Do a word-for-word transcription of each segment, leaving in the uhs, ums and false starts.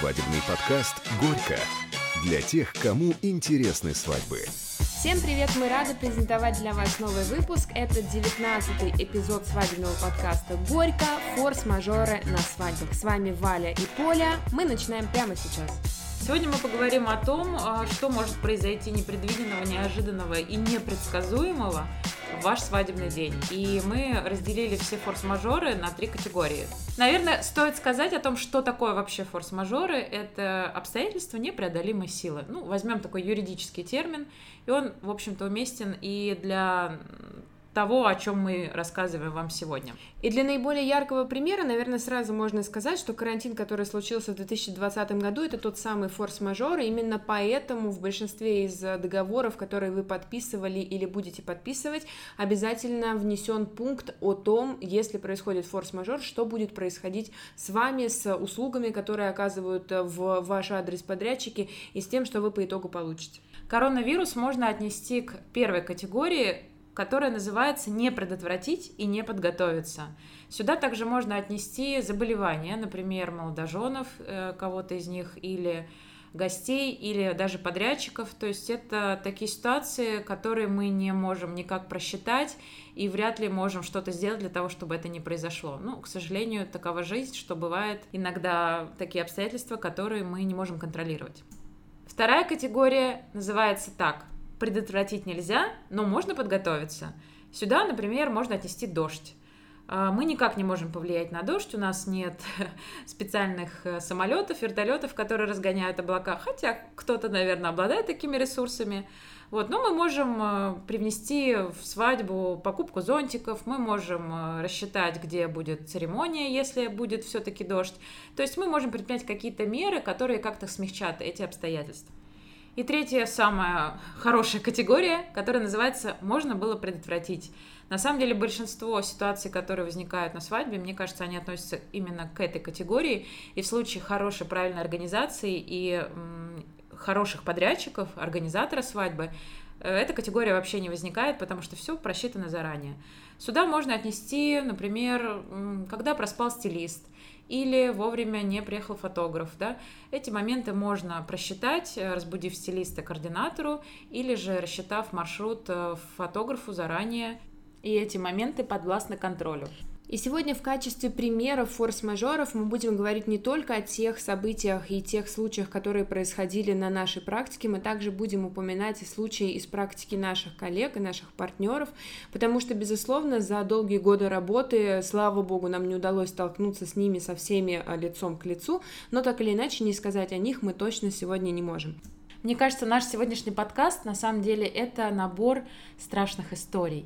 Свадебный подкаст «Горько» для тех, кому интересны свадьбы. Всем привет! Мы рады презентовать для вас новый выпуск. Это девятнадцатый эпизод свадебного подкаста «Горько. Форс-мажоры на свадьбах». С вами Валя и Поля. Мы начинаем прямо сейчас. Сегодня мы поговорим о том, что может произойти непредвиденного, неожиданного и непредсказуемого в ваш свадебный день. И мы разделили все форс-мажоры на три категории. Наверное, стоит сказать о том, что такое вообще форс-мажоры. Это обстоятельства непреодолимой силы. Ну, возьмем такой юридический термин, и он, в общем-то, уместен и для того, о чем мы рассказываем вам сегодня. И для наиболее яркого примера, наверное, сразу можно сказать, что карантин, который случился в две тысячи двадцатом году, это тот самый форс-мажор, и именно поэтому в большинстве из договоров, которые вы подписывали или будете подписывать, обязательно внесен пункт о том, если происходит форс-мажор, что будет происходить с вами, с услугами, которые оказывают в ваш адрес подрядчики, и с тем, что вы по итогу получите. Коронавирус можно отнести к первой категории, которая называется «не предотвратить и не подготовиться». Сюда также можно отнести заболевания, например, молодоженов, кого-то из них, или гостей, или даже подрядчиков. То есть это такие ситуации, которые мы не можем никак просчитать и вряд ли можем что-то сделать для того, чтобы это не произошло. Ну, к сожалению, такова жизнь, что бывает иногда такие обстоятельства, которые мы не можем контролировать. Вторая категория называется так: предотвратить нельзя, но можно подготовиться. Сюда, например, можно отнести дождь. Мы никак не можем повлиять на дождь, у нас нет специальных самолетов, вертолетов, которые разгоняют облака, хотя кто-то, наверное, обладает такими ресурсами. Вот. Но мы можем привнести в свадьбу покупку зонтиков, мы можем рассчитать, где будет церемония, если будет все-таки дождь. То есть мы можем предпринять какие-то меры, которые как-то смягчат эти обстоятельства. И третья, самая хорошая категория, которая называется «можно было предотвратить». На самом деле большинство ситуаций, которые возникают на свадьбе, мне кажется, они относятся именно к этой категории. И в случае хорошей, правильной организации и м, хороших подрядчиков, организатора свадьбы, эта категория вообще не возникает, потому что все просчитано заранее. Сюда можно отнести, например, когда проспал стилист, или вовремя не приехал фотограф. Да? Эти моменты можно просчитать, разбудив стилиста координатору, или же рассчитав маршрут фотографу заранее. И эти моменты подвластны контролю. И сегодня в качестве примеров форс-мажоров мы будем говорить не только о тех событиях и тех случаях, которые происходили на нашей практике, мы также будем упоминать и случаи из практики наших коллег и наших партнеров, потому что, безусловно, за долгие годы работы, слава богу, нам не удалось столкнуться с ними со всеми лицом к лицу, но так или иначе не сказать о них мы точно сегодня не можем. Мне кажется, наш сегодняшний подкаст, на самом деле, это набор страшных историй,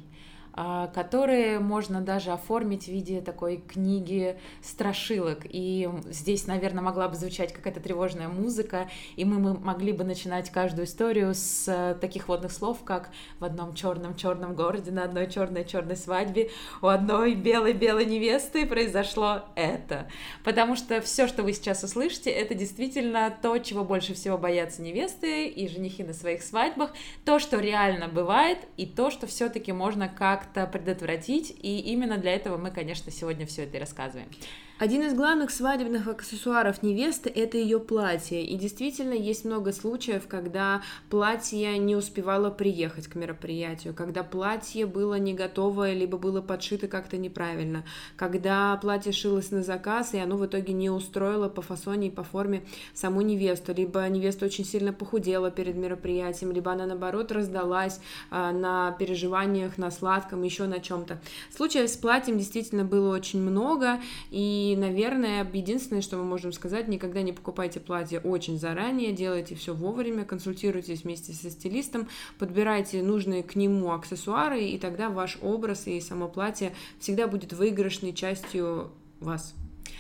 которые можно даже оформить в виде такой книги страшилок. И здесь, наверное, могла бы звучать какая-то тревожная музыка, и мы могли бы начинать каждую историю с таких водных слов, как «в одном черном-черном городе на одной черной-черной свадьбе у одной белой-белой невесты произошло это». Потому что все, что вы сейчас услышите, это действительно то, чего больше всего боятся невесты и женихи на своих свадьбах, то, что реально бывает, и то, что все-таки можно как предотвратить, и именно для этого мы, конечно, сегодня все это и рассказываем. Один из главных свадебных аксессуаров невесты – это ее платье, и действительно есть много случаев, когда платье не успевало приехать к мероприятию, когда платье было не готово, либо было подшито как-то неправильно, когда платье шилось на заказ, и оно в итоге не устроило по фасоне и по форме саму невесту, либо невеста очень сильно похудела перед мероприятием, либо она, наоборот, раздалась а, на переживаниях, на сладком, еще на чем-то. Случаев с платьем действительно было очень много, и И, наверное, единственное, что мы можем сказать, никогда не покупайте платье очень заранее, делайте все вовремя, консультируйтесь вместе со стилистом, подбирайте нужные к нему аксессуары, и тогда ваш образ и само платье всегда будет выигрышной частью вас.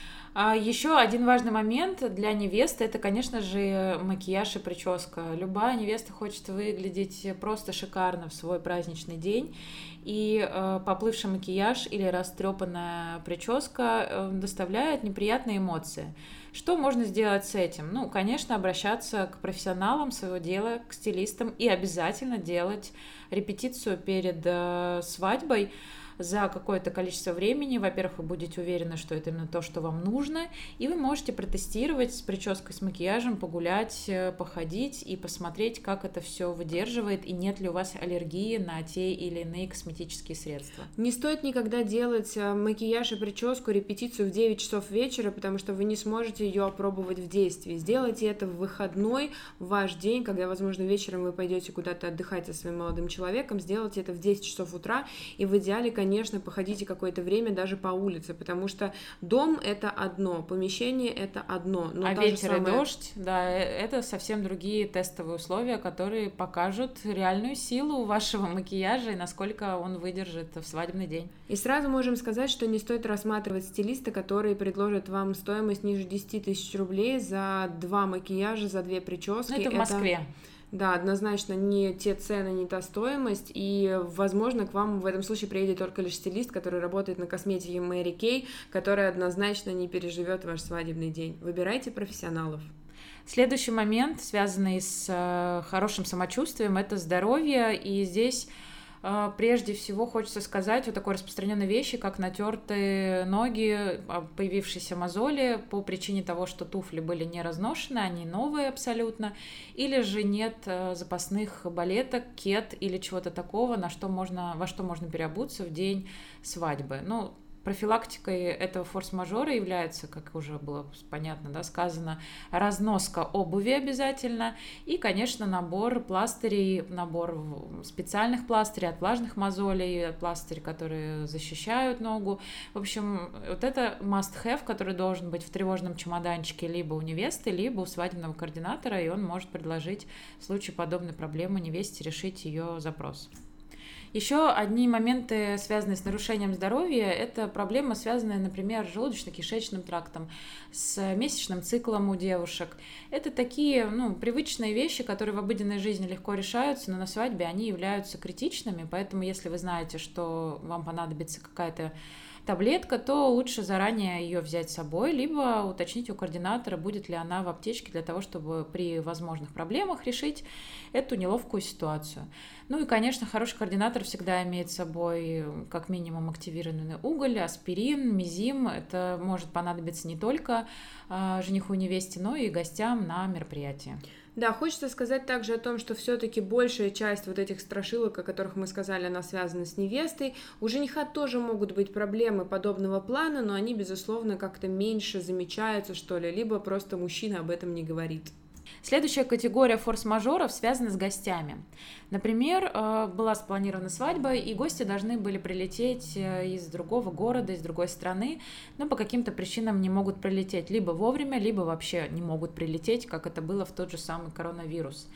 Еще один важный момент для невесты – это, конечно же, макияж и прическа. Любая невеста хочет выглядеть просто шикарно в свой праздничный день, и э, поплывший макияж или растрепанная прическа э, доставляет неприятные эмоции. Что можно сделать с этим? Ну, конечно, обращаться к профессионалам своего дела, к стилистам, и обязательно делать репетицию перед э, свадьбой. за какое-то количество времени. Во-первых, вы будете уверены, что это именно то, что вам нужно, и вы можете протестировать с прической, с макияжем, погулять, походить и посмотреть, как это все выдерживает, и нет ли у вас аллергии на те или иные косметические средства. Не стоит никогда делать макияж и прическу, репетицию в девять часов вечера, потому что вы не сможете ее опробовать в действии. Сделайте это в выходной, в ваш день, когда, возможно, вечером вы пойдете куда-то отдыхать со своим молодым человеком, сделайте это в десять часов утра, и в идеале, конечно, походите какое-то время даже по улице, потому что дом — это одно, помещение — это одно. Но а ветер самая... и дождь, да, это совсем другие тестовые условия, которые покажут реальную силу вашего макияжа и насколько он выдержит в свадебный день. И сразу можем сказать, что не стоит рассматривать стилиста, который предложит вам стоимость ниже десять тысяч рублей за два макияжа, за две прически. Ну, это в Москве. Да, однозначно не те цены, не та стоимость, и, возможно, к вам в этом случае приедет только лишь стилист, который работает на косметике Мэри Кей, который однозначно не переживет ваш свадебный день. Выбирайте профессионалов. Следующий момент, связанный с хорошим самочувствием, это здоровье, и здесь прежде всего хочется сказать о такой распространенной вещи, как натертые ноги, появившиеся мозоли по причине того, что туфли были не разношены, они новые абсолютно, или же нет запасных балеток, кет или чего-то такого, на что можно, во что можно переобуться в день свадьбы. Ну, профилактикой этого форс-мажора является, как уже было понятно, да, сказано, разноска обуви обязательно и, конечно, набор пластырей, набор специальных пластырей от влажных мозолей, пластыри, которые защищают ногу. В общем, вот это must-have, который должен быть в тревожном чемоданчике либо у невесты, либо у свадебного координатора, и он может предложить в случае подобной проблемы невесте решить ее запрос. Еще одни моменты, связанные с нарушением здоровья, это проблемы, связанные, например, с желудочно-кишечным трактом, с месячным циклом у девушек. Это такие, ну, привычные вещи, которые в обыденной жизни легко решаются, но на свадьбе они являются критичными, поэтому если вы знаете, что вам понадобится какая-то таблетка, то лучше заранее ее взять с собой, либо уточнить у координатора, будет ли она в аптечке для того, чтобы при возможных проблемах решить эту неловкую ситуацию. Ну и, конечно, хороший координатор всегда имеет с собой как минимум активированный уголь, аспирин, мизим. Это может понадобиться не только э, жениху и невесте, но и гостям на мероприятии. Да, хочется сказать также о том, что все-таки большая часть вот этих страшилок, о которых мы сказали, она связана с невестой. У жениха тоже могут быть проблемы подобного плана, но они, безусловно, как-то меньше замечаются, что ли, либо просто мужчина об этом не говорит. Следующая категория форс-мажоров связана с гостями. Например, была спланирована свадьба, и гости должны были прилететь из другого города, из другой страны, но по каким-то причинам не могут прилететь либо вовремя, либо вообще не могут прилететь, как это было в тот же самый коронавирус.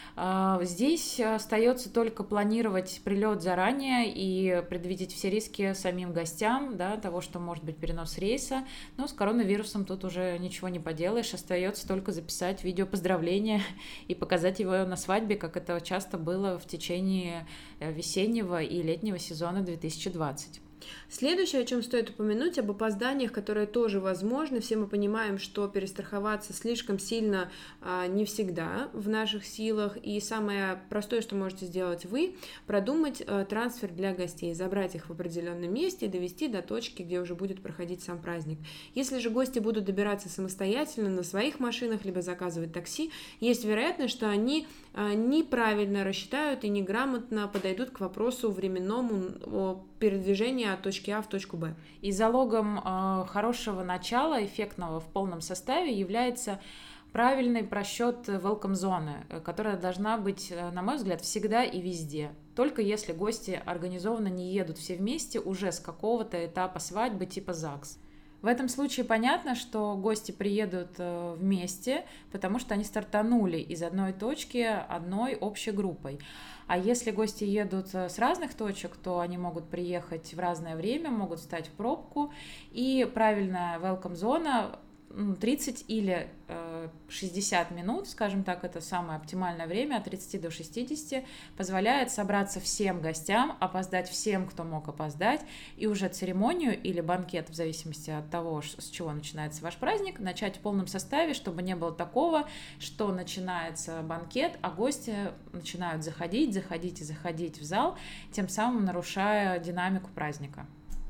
Здесь остается только планировать прилет заранее и предвидеть все риски самим гостям, да, того, что может быть перенос рейса. Но с коронавирусом тут уже ничего не поделаешь, остается только записать видео поздравления и показать его на свадьбе, как это часто было в течение весеннего и летнего сезона две тысячи двадцать. Следующее, о чем стоит упомянуть, об опозданиях, которые тоже возможны. Все мы понимаем, что перестраховаться слишком сильно а, не всегда в наших силах. И самое простое, что можете сделать вы, продумать а, трансфер для гостей, забрать их в определенном месте и довести до точки, где уже будет проходить сам праздник. Если же гости будут добираться самостоятельно на своих машинах, либо заказывать такси, есть вероятность, что они а, неправильно рассчитают и неграмотно подойдут к вопросу временному о передвижении от точки А в точку Б. И залогом э, хорошего начала, эффектного в полном составе, является правильный просчет welcome-зоны, которая должна быть, на мой взгляд, всегда и везде. Только если гости организованно не едут все вместе уже с какого-то этапа свадьбы типа ЗАГС. В этом случае понятно, что гости приедут вместе, потому что они стартанули из одной точки одной общей группой. А если гости едут с разных точек, то они могут приехать в разное время, могут встать в пробку. И правильная welcome-зона тридцать или шестьдесят минут, скажем так, это самое оптимальное время, от тридцати до шестидесяти, позволяет собраться всем гостям, опоздать всем, кто мог опоздать, и уже церемонию или банкет, в зависимости от того, с чего начинается ваш праздник, начать в полном составе, чтобы не было такого, что начинается банкет, а гости начинают заходить, заходить и заходить в зал, тем самым нарушая динамику праздника.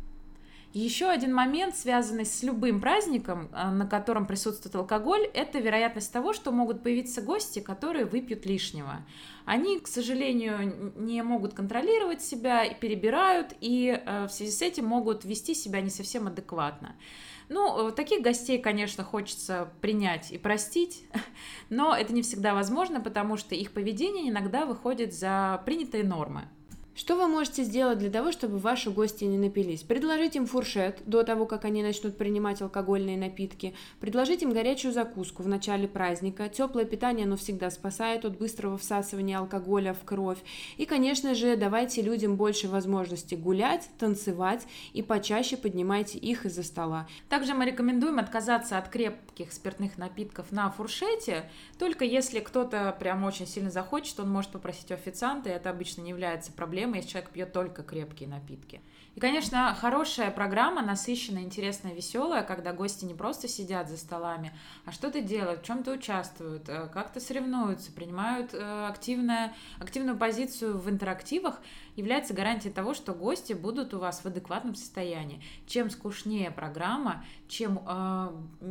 Еще один момент, связанный с любым праздником, на котором присутствует алкоголь, это вероятность того, что могут появиться гости, которые выпьют лишнего. Они, к сожалению, не могут контролировать себя, перебирают, и в связи с этим могут вести себя не совсем адекватно. Ну, таких гостей, конечно, хочется принять и простить, но это не всегда возможно, потому что их поведение иногда выходит за принятые нормы. Что вы можете сделать для того, чтобы ваши гости не напились? Предложить им фуршет до того, как они начнут принимать алкогольные напитки. Предложить им горячую закуску в начале праздника. Теплое питание, оно всегда спасает от быстрого всасывания алкоголя в кровь. И, конечно же, давайте людям больше возможностей гулять, танцевать и почаще поднимайте их из-за стола. Также мы рекомендуем отказаться от крепких спиртных напитков на фуршете, только если кто-то прям очень сильно захочет, он может попросить у официанта, и это обычно не является проблемой, если человек пьет только крепкие напитки. И, конечно, хорошая программа, насыщенная, интересная, веселая, когда гости не просто сидят за столами, а что-то делают, в чем-то участвуют, как-то соревнуются, принимают активную, активную позицию в интерактивах, является гарантией того, что гости будут у вас в адекватном состоянии. Чем скучнее программа, чем э,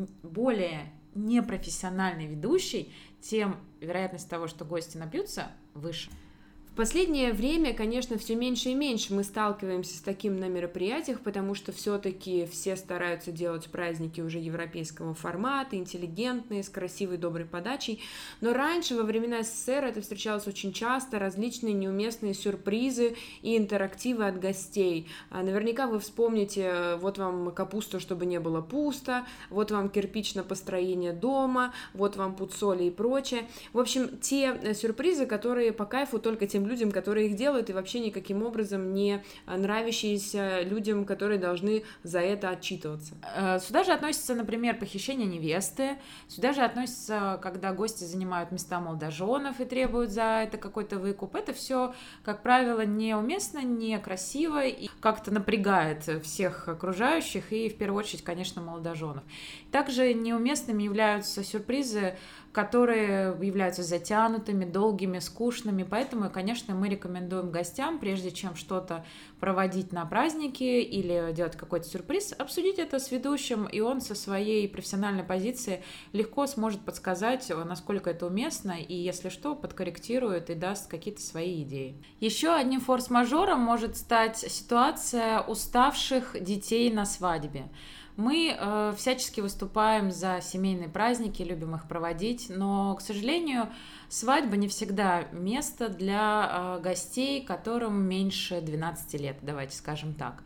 более непрофессиональный ведущий, тем вероятность того, что гости напьются, выше. В последнее время, конечно, все меньше и меньше мы сталкиваемся с таким на мероприятиях, потому что все-таки все стараются делать праздники уже европейского формата, интеллигентные, с красивой, доброй подачей. Но раньше, во времена СССР, это встречалось очень часто, различные неуместные сюрпризы и интерактивы от гостей. Наверняка вы вспомните, вот вам капуста, чтобы не было пусто, вот вам кирпич на построение дома, вот вам пуд соли и прочее. В общем, те сюрпризы, которые по кайфу только тем людям, которые их делают, и вообще никаким образом не нравящиеся людям, которые должны за это отчитываться. Сюда же относится, например, похищение невесты, сюда же относится, когда гости занимают места молодоженов и требуют за это какой-то выкуп. Это все, как правило, неуместно, некрасиво и как-то напрягает всех окружающих и, в первую очередь, конечно, молодоженов. Также неуместными являются сюрпризы, которые являются затянутыми, долгими, скучными, поэтому, конечно, мы рекомендуем гостям, прежде чем что-то проводить на празднике или делать какой-то сюрприз, обсудить это с ведущим, и он со своей профессиональной позиции легко сможет подсказать, насколько это уместно, и, если что, подкорректирует и даст какие-то свои идеи. Еще одним форс-мажором может стать ситуация уставших детей на свадьбе. Мы э, всячески выступаем за семейные праздники, любим их проводить, но, к сожалению, свадьба не всегда место для э, гостей, которым меньше двенадцати лет, давайте скажем так.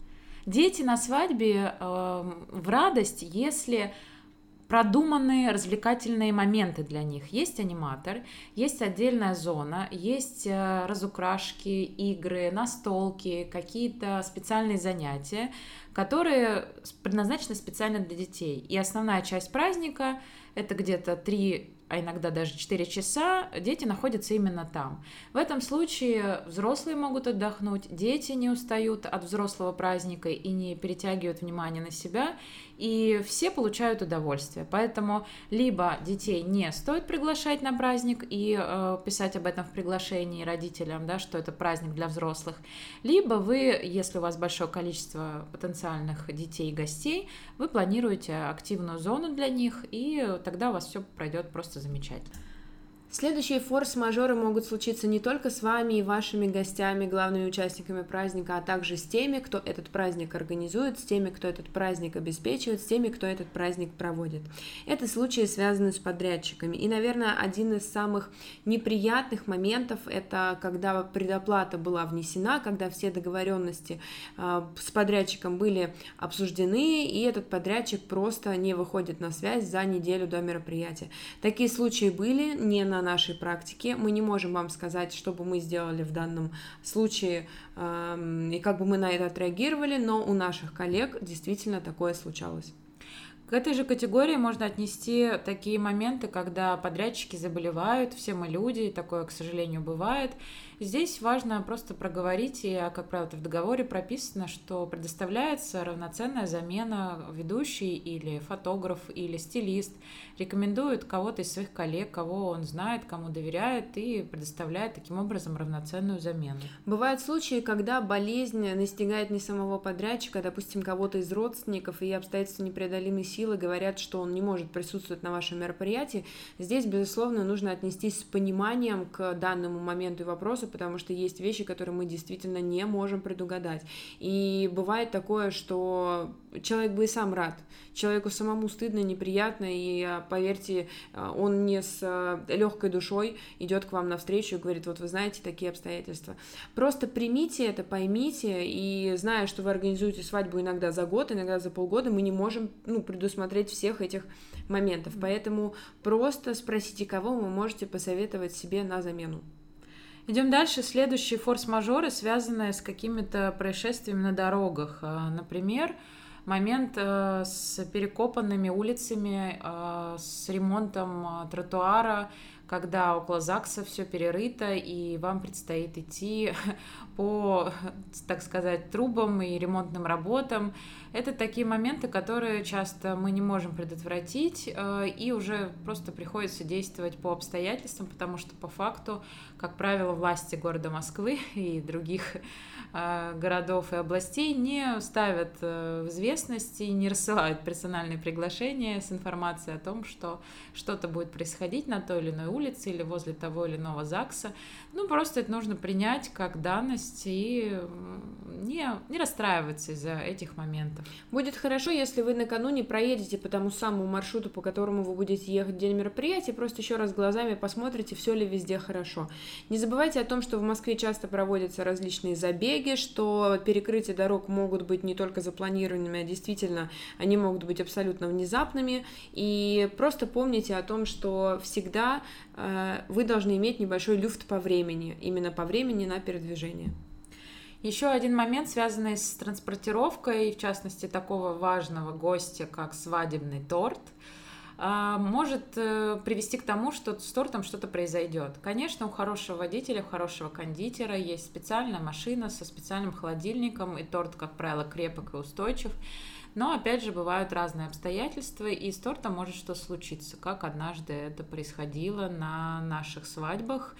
Дети на свадьбе э, в радость, если продуманные развлекательные моменты для них. Есть аниматор, есть отдельная зона, есть разукрашки, игры, настолки, какие-то специальные занятия, которые предназначены специально для детей. И основная часть праздника – это где-то три, а иногда даже четыре часа, дети находятся именно там. В этом случае взрослые могут отдохнуть, дети не устают от взрослого праздника и не перетягивают внимание на себя, и все получают удовольствие. Поэтому либо детей не стоит приглашать на праздник и э, писать об этом в приглашении родителям, да, что это праздник для взрослых, либо вы, если у вас большое количество потенциальных детей и гостей, вы планируете активную зону для них, и тогда у вас все пройдет просто замечательно. Следующие форс-мажоры могут случиться не только с вами и вашими гостями, главными участниками праздника, а также с теми, кто этот праздник организует, с теми, кто этот праздник обеспечивает, с теми, кто этот праздник проводит. Это случаи, связанные с подрядчиками. И, наверное, один из самых неприятных моментов – это когда предоплата была внесена, когда все договоренности э, с подрядчиком были обсуждены, и этот подрядчик просто не выходит на связь за неделю до мероприятия. Такие случаи были не на нашей практике. Мы не можем вам сказать, что бы мы сделали в данном случае э, и как бы мы на это отреагировали, но у наших коллег действительно такое случалось. К этой же категории можно отнести такие моменты, когда подрядчики заболевают, все мы люди, такое, к сожалению, бывает. Здесь важно просто проговорить, и, как правило, это в договоре прописано, что предоставляется равноценная замена. Ведущий или фотограф или стилист рекомендует кого-то из своих коллег, кого он знает, кому доверяет, и предоставляет таким образом равноценную замену. Бывают случаи, когда болезнь настигает не самого подрядчика, а, допустим, кого-то из родственников, и обстоятельства непреодолимой силы говорят, что он не может присутствовать на вашем мероприятии. Здесь, безусловно, нужно отнестись с пониманием к данному моменту и вопросу, потому что есть вещи, которые мы действительно не можем предугадать. И бывает такое, что человек бы и сам рад. Человеку самому стыдно, неприятно, и, поверьте, он не с легкой душой идет к вам навстречу и говорит: вот вы знаете, такие обстоятельства. Просто примите это, поймите, и зная, что вы организуете свадьбу иногда за год, иногда за полгода, мы не можем ну, предусмотреть всех этих моментов. Поэтому просто спросите, кого вы можете посоветовать себе на замену. Идем дальше. Следующие форс-мажоры, связанные с какими-то происшествиями на дорогах. Например, момент с перекопанными улицами, с ремонтом тротуара, когда около ЗАГСа все перерыто, и вам предстоит идти по, так сказать, трубам и ремонтным работам. Это такие моменты, которые часто мы не можем предотвратить, и уже просто приходится действовать по обстоятельствам, потому что по факту, как правило, власти города Москвы и других городов и областей не ставят в известность и не рассылают персональные приглашения с информацией о том, что что-то будет происходить на той или иной улице или возле того или иного ЗАГСа. Ну, просто это нужно принять как данность и не, не расстраиваться из-за этих моментов. Будет хорошо, если вы накануне проедете по тому самому маршруту, по которому вы будете ехать в день мероприятия, просто еще раз глазами посмотрите, все ли везде хорошо. Не забывайте о том, что в Москве часто проводятся различные забеги, что перекрытия дорог могут быть не только запланированными, а действительно они могут быть абсолютно внезапными. И просто помните о том, что всегда э, вы должны иметь небольшой люфт по времени, именно по времени на передвижение. Еще один момент, связанный с транспортировкой, в частности, такого важного гостя, как свадебный торт, может привести к тому, что с тортом что-то произойдет. Конечно, у хорошего водителя, у хорошего кондитера есть специальная машина со специальным холодильником, и торт, как правило, крепок и устойчив. Но, опять же, бывают разные обстоятельства, и с тортом может что случиться, как однажды это происходило на наших свадьбах.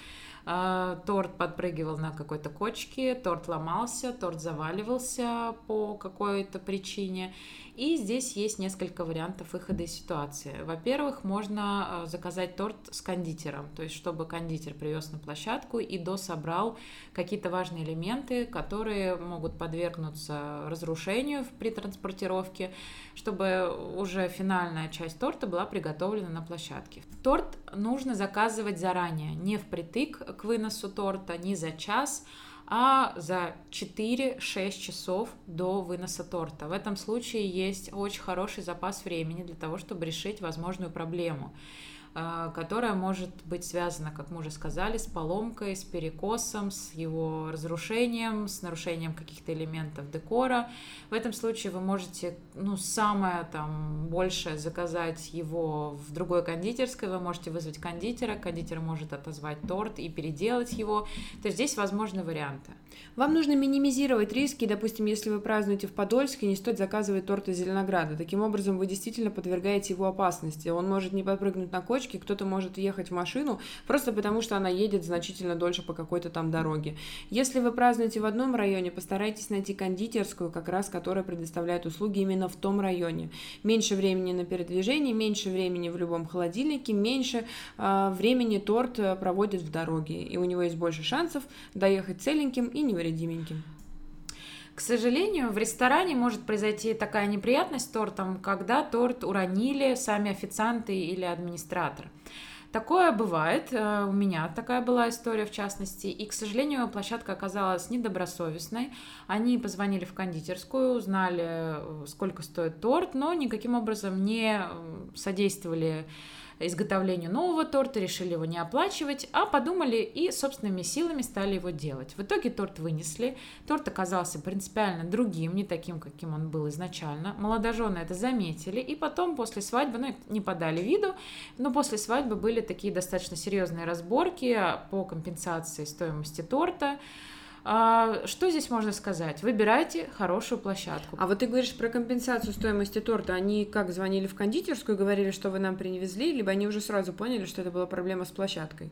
Торт подпрыгивал на какой-то кочке, торт ломался, торт заваливался по какой-то причине. И здесь есть несколько вариантов выхода из ситуации. Во-первых, можно заказать торт с кондитером, то есть чтобы кондитер привез на площадку и дособрал какие-то важные элементы, которые могут подвергнуться разрушению при транспортировке, чтобы уже финальная часть торта была приготовлена на площадке. Торт нужно заказывать заранее, не впритык к выносу торта, не за час, а за четыре-шесть часов до выноса торта. В этом случае есть очень хороший запас времени для того, чтобы решить возможную проблему, которая может быть связана, как мы уже сказали, с поломкой, с перекосом, с его разрушением, с нарушением каких-то элементов декора. В этом случае вы можете, ну, самое там большее заказать его в другой кондитерской, вы можете вызвать кондитера, кондитер может отозвать торт и переделать его. То есть здесь возможны варианты. Вам нужно минимизировать риски, допустим, если вы празднуете в Подольске, не стоит заказывать торт из Зеленограда. Таким образом, вы действительно подвергаете его опасности. Он может не подпрыгнуть на кочке, кто-то может ехать в машину, просто потому что она едет значительно дольше по какой-то там дороге. Если вы празднуете в одном районе, постарайтесь найти кондитерскую, как раз которая предоставляет услуги именно в том районе. Меньше времени на передвижение, меньше времени в любом холодильнике, меньше э, времени торт проводит в дороге, и у него есть больше шансов доехать целеньким и невредименьким. К сожалению, в ресторане может произойти такая неприятность с тортом, когда торт уронили сами официанты или администратор. Такое бывает, у меня такая была история в частности, и, к сожалению, площадка оказалась недобросовестной. Они позвонили в кондитерскую, узнали, сколько стоит торт, но никаким образом не содействовали изготовлению нового торта, решили его не оплачивать, а подумали и собственными силами стали его делать. В итоге торт вынесли, торт оказался принципиально другим, не таким, каким он был изначально. Молодожены это заметили, и потом после свадьбы, ну, не подали виду, но после свадьбы были такие достаточно серьезные разборки по компенсации стоимости торта. Что здесь можно сказать? Выбирайте хорошую площадку. А вот ты говоришь про компенсацию стоимости торта. Они как, звонили в кондитерскую, говорили, что вы нам привезли, либо они уже сразу поняли, что это была проблема с площадкой?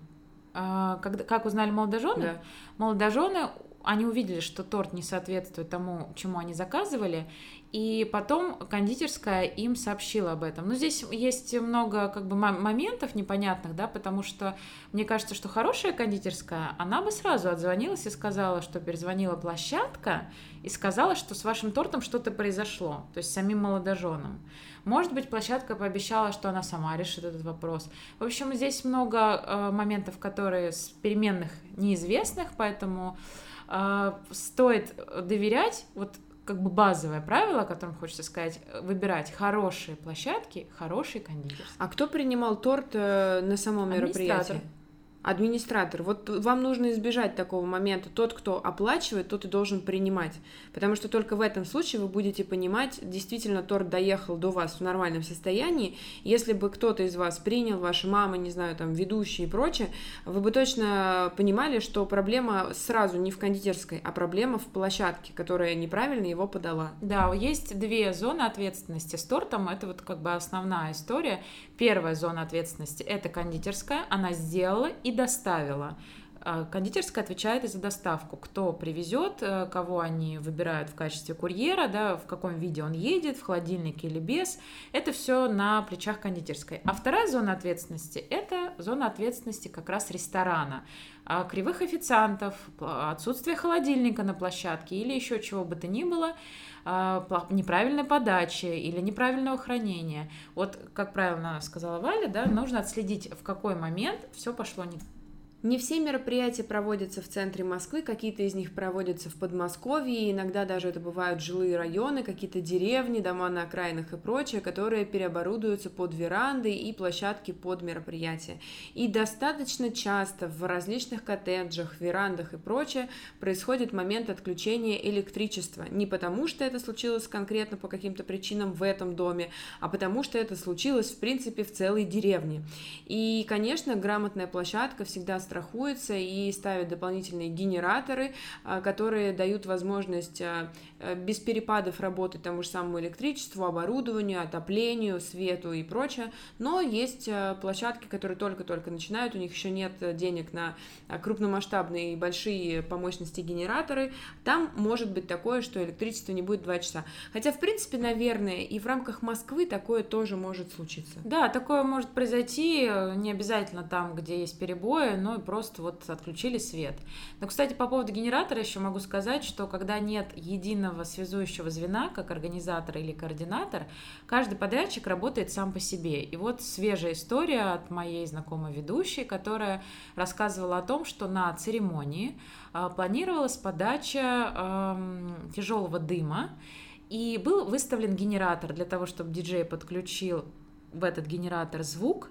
Когда, как узнали молодожены? Да. Молодожены, они увидели, что торт не соответствует тому, чему они заказывали, и потом кондитерская им сообщила об этом. Но здесь есть много как бы моментов непонятных, да, потому что мне кажется, что хорошая кондитерская, она бы сразу отзвонилась и сказала, что перезвонила площадка и сказала, что с вашим тортом что-то произошло, то есть с самим молодоженом. Может быть, площадка пообещала, что она сама решит этот вопрос. В общем, здесь много э, моментов, которые с переменных неизвестных, поэтому э, стоит доверять, вот как бы базовое правило, о котором хочется сказать, выбирать хорошие площадки, хорошие кондитерские. А кто принимал торт на самом мероприятии? Администратор. Вот вам нужно избежать такого момента. Тот, кто оплачивает, тот и должен принимать. Потому что только в этом случае вы будете понимать, действительно торт доехал до вас в нормальном состоянии. Если бы кто-то из вас принял, ваша мама, не знаю, там, ведущие и прочее, вы бы точно понимали, что проблема сразу не в кондитерской, а проблема в площадке, которая неправильно его подала. Да, есть две зоны ответственности с тортом. Это вот как бы основная история. Первая зона ответственности – это кондитерская. Она сделала и доставила. Кондитерская отвечает и за доставку. Кто привезет, кого они выбирают в качестве курьера, да, в каком виде он едет, в холодильнике или без. Это все на плечах кондитерской. А вторая зона ответственности – это зона ответственности как раз ресторана. Кривых официантов, отсутствие холодильника на площадке или еще чего бы то ни было, неправильной подачи или неправильного хранения. Вот, как правильно сказала Валя, да, нужно отследить, в какой момент все пошло не так. Не все мероприятия проводятся в центре Москвы, какие-то из них проводятся в Подмосковье, иногда даже это бывают жилые районы, какие-то деревни, дома на окраинах и прочее, которые переоборудуются под веранды и площадки под мероприятия. И достаточно часто в различных коттеджах, верандах и прочее происходит момент отключения электричества. Не потому, что это случилось конкретно по каким-то причинам в этом доме, а потому, что это случилось, в принципе, в целой деревне. И, конечно, грамотная площадка всегда страхуется и ставит дополнительные генераторы, которые дают возможность без перепадов работать тому же самому электричеству, оборудованию, отоплению, свету и прочее. Но есть площадки, которые только-только начинают, у них еще нет денег на крупномасштабные и большие по мощности генераторы. Там может быть такое, что электричества не будет два часа. Хотя, в принципе, наверное, и в рамках Москвы такое тоже может случиться. Да, такое может произойти, не обязательно там, где есть перебои, но просто вот отключили свет. Но, кстати, по поводу генератора еще могу сказать, что когда нет единого связующего звена, как организатор или координатор, каждый подрядчик работает сам по себе. И вот свежая история от моей знакомой ведущей, которая рассказывала о том, что на церемонии э, планировалась подача э, тяжелого дыма, и был выставлен генератор для того, чтобы диджей подключил в этот генератор звук,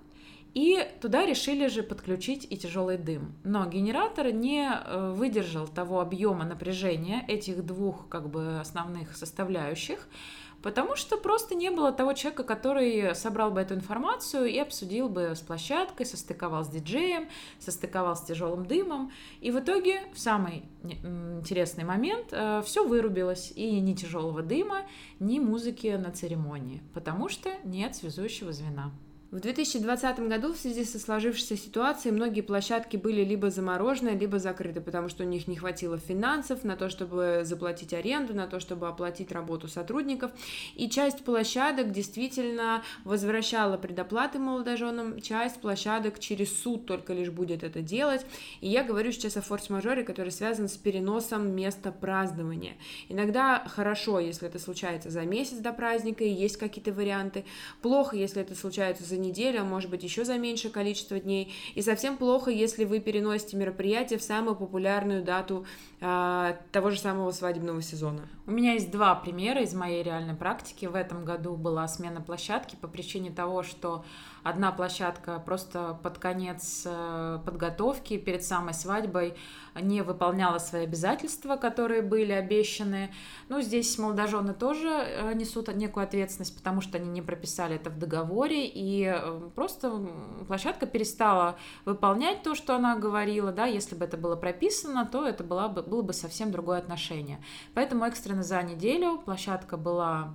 и туда решили же подключить и тяжелый дым. Но генератор не выдержал того объема напряжения этих двух как бы основных составляющих, потому что просто не было того человека, который собрал бы эту информацию и обсудил бы с площадкой, состыковал с диджеем, состыковал с тяжелым дымом. И в итоге в самый интересный момент все вырубилось. И ни тяжелого дыма, ни музыки на церемонии, потому что нет связующего звена. В две тысячи двадцатом году в связи со сложившейся ситуацией многие площадки были либо заморожены, либо закрыты, потому что у них не хватило финансов на то, чтобы заплатить аренду, на то, чтобы оплатить работу сотрудников. И часть площадок действительно возвращала предоплаты молодоженам, часть площадок через суд только лишь будет это делать. И я говорю сейчас о форс-мажоре, который связан с переносом места празднования. Иногда хорошо, если это случается за месяц до праздника, и есть какие-то варианты. Плохо, если это случается за неделю, а может быть еще за меньшее количество дней. И совсем плохо, если вы переносите мероприятие в самую популярную дату э, того же самого свадебного сезона. У меня есть два примера из моей реальной практики. В этом году была смена площадки по причине того, что одна площадка просто под конец подготовки перед самой свадьбой не выполняла свои обязательства, которые были обещаны. Ну, здесь молодожены тоже несут некую ответственность, потому что они не прописали это в договоре, и просто площадка перестала выполнять то, что она говорила, да, если бы это было прописано, то это было бы, было бы совсем другое отношение. Поэтому экстренно за неделю площадка была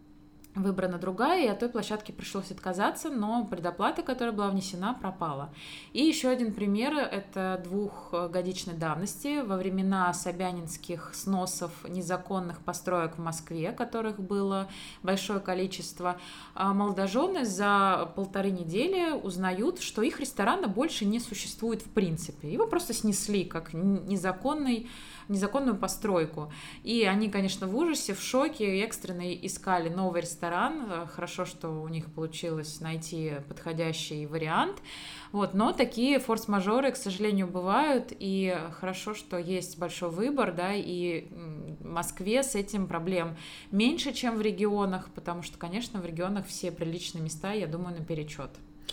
выбрана другая, и от той площадки пришлось отказаться, но предоплата, которая была внесена, пропала. И еще один пример – это двухгодичной давности. Во времена собянинских сносов незаконных построек в Москве, которых было большое количество, молодожены за полторы недели узнают, что их ресторана больше не существует в принципе. Его просто снесли как незаконный незаконную постройку. И они, конечно, в ужасе, в шоке, экстренно искали новый ресторан. Хорошо, что у них получилось найти подходящий вариант. Вот. Но такие форс-мажоры, к сожалению, бывают. И хорошо, что есть большой выбор, да, и в Москве с этим проблем меньше, чем в регионах, потому что, конечно, в регионах все приличные места, я думаю, наперечет.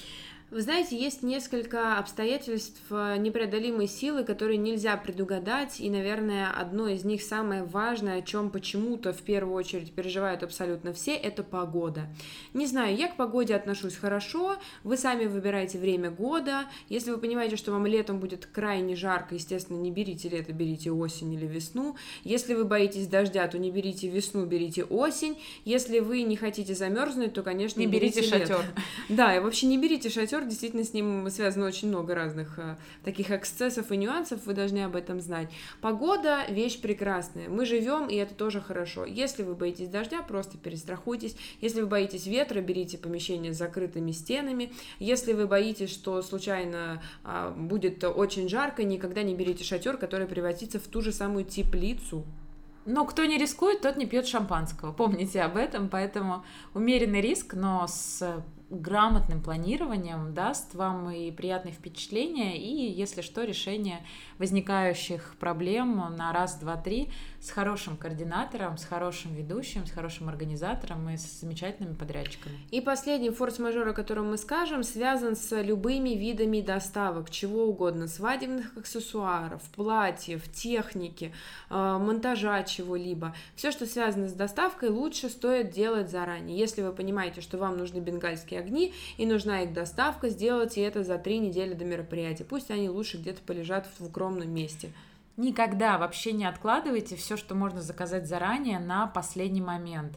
Вы знаете, есть несколько обстоятельств непреодолимой силы, которые нельзя предугадать, и, наверное, одно из них самое важное, о чем почему-то в первую очередь переживают абсолютно все, это погода. Не знаю, я к погоде отношусь хорошо, вы сами выбираете время года, если вы понимаете, что вам летом будет крайне жарко, естественно, не берите лето, берите осень или весну, если вы боитесь дождя, то не берите весну, берите осень, если вы не хотите замерзнуть, то, конечно, не берите, берите шатер. Да, и вообще не берите шатер, действительно с ним связано очень много разных э, таких эксцессов и нюансов, вы должны об этом знать. Погода – вещь прекрасная, мы живем, и это тоже хорошо. Если вы боитесь дождя, просто перестрахуйтесь. Если вы боитесь ветра, берите помещение с закрытыми стенами. Если вы боитесь, что случайно э, будет очень жарко, никогда не берите шатер, который превратится в ту же самую теплицу. Но кто не рискует, тот не пьет шампанского. Помните об этом, поэтому умеренный риск, но с грамотным планированием даст вам и приятные впечатления, и, если что, решение возникающих проблем на раз, два, три с хорошим координатором, с хорошим ведущим, с хорошим организатором и с замечательными подрядчиками. И последний форс-мажор, о котором мы скажем, связан с любыми видами доставок, чего угодно, свадебных аксессуаров, платьев, техники, монтажа чего-либо. Все, что связано с доставкой, лучше стоит делать заранее. Если вы понимаете, что вам нужны бенгальские огни и нужна их доставка, сделайте это за три недели до мероприятия. Пусть они лучше где-то полежат в укромном месте. Никогда вообще не откладывайте все, что можно заказать заранее, на последний момент.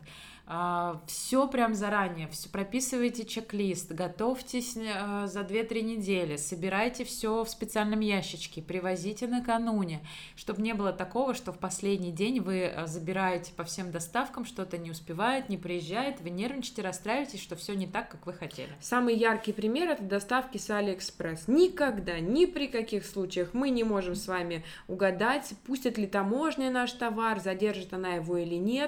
Все прям заранее, все прописывайте чек-лист, готовьтесь за две-три недели, собирайте все в специальном ящичке, привозите накануне, чтобы не было такого, что в последний день вы забираете по всем доставкам, что-то не успевает, не приезжает, вы нервничаете, расстраиваетесь, что все не так, как вы хотели. Самый яркий пример – это доставки с Алиэкспресс. Никогда, ни при каких случаях мы не можем с вами угадать, пустит ли таможня наш товар, задержит она его или нет.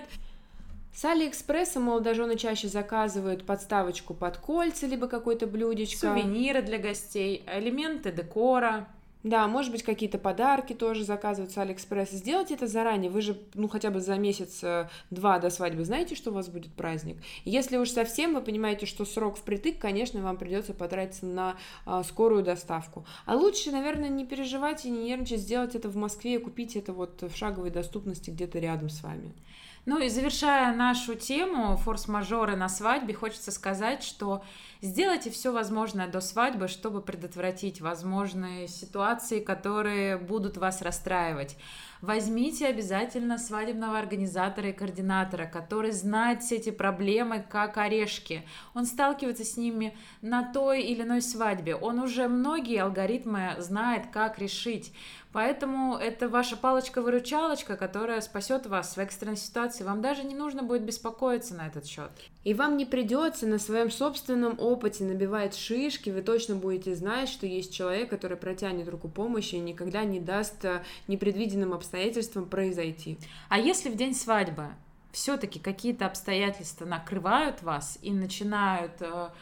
С Алиэкспресса молодожены чаще заказывают подставочку под кольца, либо какое-то блюдечко. Сувениры для гостей, элементы декора. Да, может быть, какие-то подарки тоже заказывают с Алиэкспресса. Сделайте это заранее, вы же, ну, хотя бы за месяц-два до свадьбы знаете, что у вас будет праздник. Если уж совсем вы понимаете, что срок впритык, конечно, вам придется потратиться на а, скорую доставку. А лучше, наверное, не переживать и не нервничать, сделать это в Москве и купить это вот в шаговой доступности где-то рядом с вами. Ну и завершая нашу тему форс-мажоры на свадьбе, хочется сказать, что сделайте все возможное до свадьбы, чтобы предотвратить возможные ситуации, которые будут вас расстраивать. Возьмите обязательно свадебного организатора и координатора, который знает все эти проблемы как орешки. Он сталкивается с ними на той или иной свадьбе. Он уже многие алгоритмы знает, как решить. Поэтому это ваша палочка-выручалочка, которая спасет вас в экстренной ситуации. Вам даже не нужно будет беспокоиться на этот счет. И вам не придется на своем собственном опыте набивать шишки. Вы точно будете знать, что есть человек, который протянет руку помощи и никогда не даст непредвиденным обстоятельствам произойти. А если в день свадьбы все-таки какие-то обстоятельства накрывают вас и начинают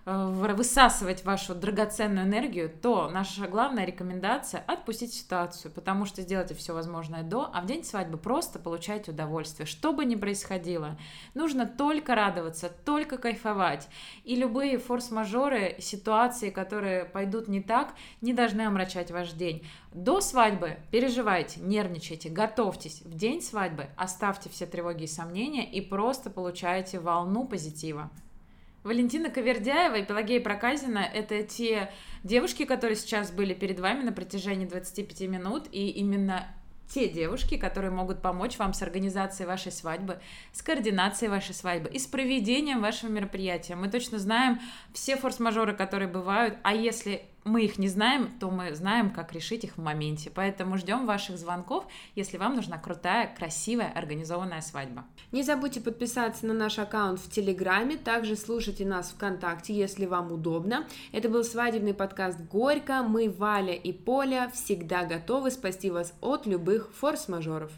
высасывать вашу драгоценную энергию, то наша главная рекомендация — отпустить ситуацию, потому что сделайте все возможное до, а в день свадьбы просто получайте удовольствие. Что бы ни происходило, нужно только радоваться, только кайфовать. И любые форс-мажоры, ситуации, которые пойдут не так, не должны омрачать ваш день. До свадьбы переживайте, нервничайте, готовьтесь. В день свадьбы оставьте все тревоги и сомнения и просто получайте волну позитива. Валентина Ковердяева и Пелагея Проказина — это те девушки, которые сейчас были перед вами на протяжении двадцати пяти минут, и именно те девушки, которые могут помочь вам с организацией вашей свадьбы, с координацией вашей свадьбы и с проведением вашего мероприятия. Мы точно знаем все форс-мажоры, которые бывают, а если мы их не знаем, то мы знаем, как решить их в моменте. Поэтому ждем ваших звонков, если вам нужна крутая, красивая, организованная свадьба. Не забудьте подписаться на наш аккаунт в Телеграме, также слушайте нас ВКонтакте, если вам удобно. Это был свадебный подкаст «Горько». Мы, Валя и Поля, всегда готовы спасти вас от любых форс-мажоров.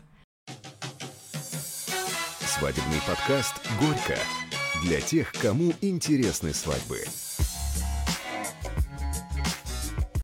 Свадебный подкаст «Горько» для тех, кому интересны свадьбы.